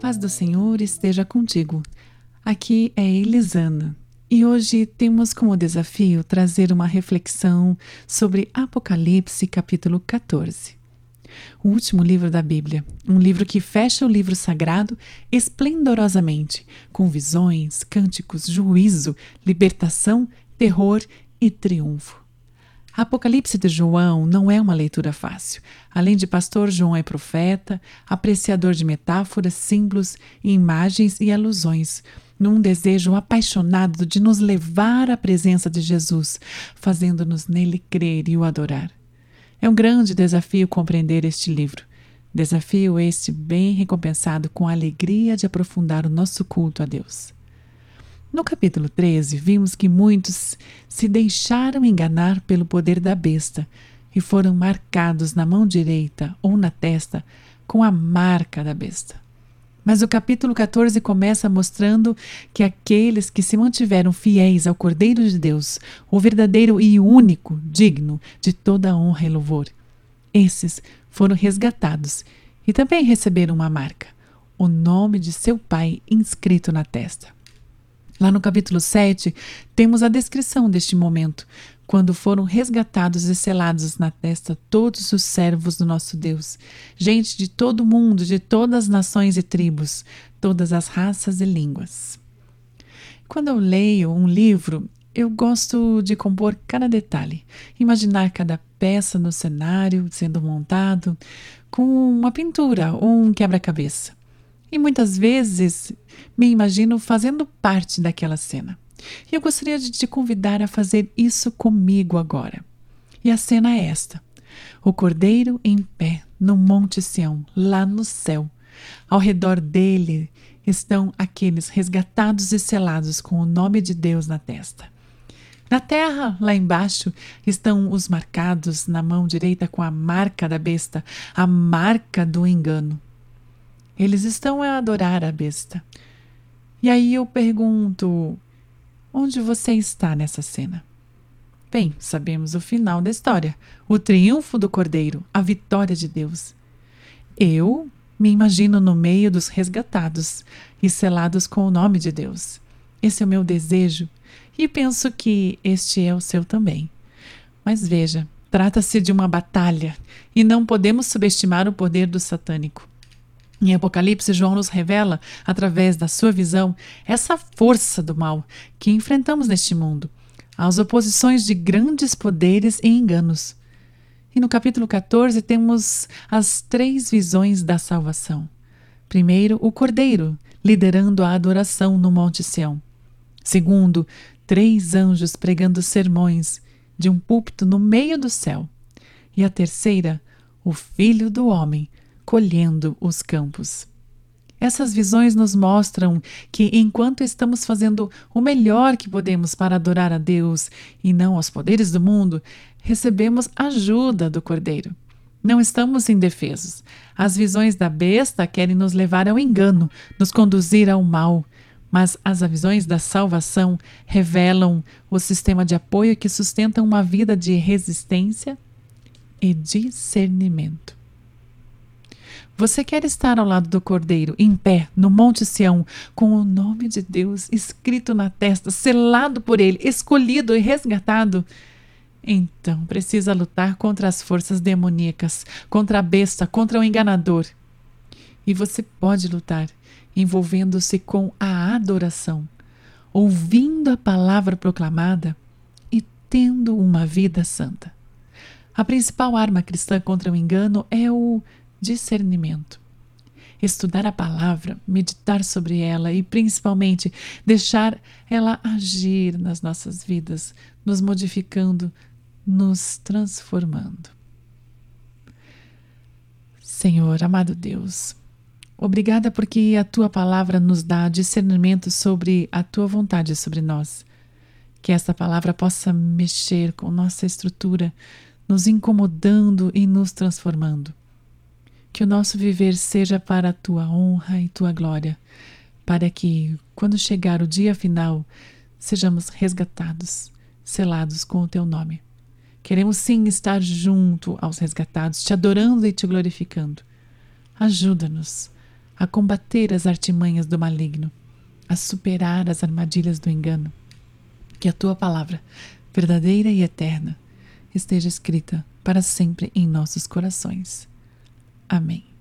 paz do Senhor esteja contigo. Aqui é Elisana e hoje temos como desafio trazer uma reflexão sobre Apocalipse capítulo 14. O último livro da Bíblia, um livro que fecha o livro sagrado esplendorosamente, com visões, cânticos, juízo, libertação, terror e triunfo. Apocalipse de João não é uma leitura fácil. Além de pastor, João é profeta, apreciador de metáforas, símbolos, imagens e alusões, num desejo apaixonado de nos levar à presença de Jesus, fazendo-nos nele crer e o adorar. É um grande desafio compreender este livro. Desafio este bem recompensado com a alegria de aprofundar o nosso culto a Deus. No capítulo 13, vimos que muitos se deixaram enganar pelo poder da besta e foram marcados na mão direita ou na testa com a marca da besta. Mas o capítulo 14 começa mostrando que aqueles que se mantiveram fiéis ao Cordeiro de Deus, o verdadeiro e único, digno de toda honra e louvor, esses foram resgatados e também receberam uma marca, o nome de seu Pai inscrito na testa. Lá no capítulo 7, temos a descrição deste momento, quando foram resgatados e selados na testa todos os servos do nosso Deus, gente de todo o mundo, de todas as nações e tribos, todas as raças e línguas. Quando eu leio um livro, eu gosto de compor cada detalhe, imaginar cada peça no cenário sendo montado, com uma pintura ou um quebra-cabeça. E muitas vezes me imagino fazendo parte daquela cena. E eu gostaria de te convidar a fazer isso comigo agora. E a cena é esta: o Cordeiro em pé no Monte Sião, lá no céu. Ao redor dele estão aqueles resgatados e selados com o nome de Deus na testa. Na terra, lá embaixo, estão os marcados na mão direita com a marca da besta, a marca do engano. Eles estão a adorar a besta. E aí eu pergunto, onde você está nessa cena? Bem, sabemos o final da história, o triunfo do Cordeiro, a vitória de Deus. Eu me imagino no meio dos resgatados e selados com o nome de Deus. Esse é o meu desejo e penso que este é o seu também. Mas veja, trata-se de uma batalha e não podemos subestimar o poder do satânico. Em Apocalipse, João nos revela, através da sua visão, essa força do mal que enfrentamos neste mundo, as oposições de grandes poderes e enganos. E no capítulo 14 temos as 3 visões da salvação. Primeiro, o Cordeiro, liderando a adoração no Monte Sião. Segundo, 3 anjos pregando sermões de um púlpito no meio do céu. E a terceira, o Filho do Homem, colhendo os campos. Essas visões nos mostram que, enquanto estamos fazendo o melhor que podemos para adorar a Deus e não aos poderes do mundo, recebemos ajuda do Cordeiro. Não estamos indefesos. As visões da besta querem nos levar ao engano, nos conduzir ao mal, mas as visões da salvação revelam o sistema de apoio que sustenta uma vida de resistência e discernimento. Você quer estar ao lado do Cordeiro, em pé, no Monte Sião, com o nome de Deus escrito na testa, selado por ele, escolhido e resgatado? Então precisa lutar contra as forças demoníacas, contra a besta, contra o enganador. E você pode lutar envolvendo-se com a adoração, ouvindo a palavra proclamada e tendo uma vida santa. A principal arma cristã contra o engano é o discernimento. Estudar a palavra, meditar sobre ela e, principalmente, deixar ela agir nas nossas vidas, nos modificando, nos transformando. Senhor, amado Deus, obrigada porque a Tua palavra nos dá discernimento sobre a Tua vontade sobre nós. Que esta palavra possa mexer com nossa estrutura, nos incomodando e nos transformando. Que o nosso viver seja para a Tua honra e Tua glória, para que, quando chegar o dia final, sejamos resgatados, selados com o Teu nome. Queremos sim estar junto aos resgatados, Te adorando e Te glorificando. Ajuda-nos a combater as artimanhas do maligno, a superar as armadilhas do engano. Que a tua palavra, verdadeira e eterna, esteja escrita para sempre em nossos corações. Amém.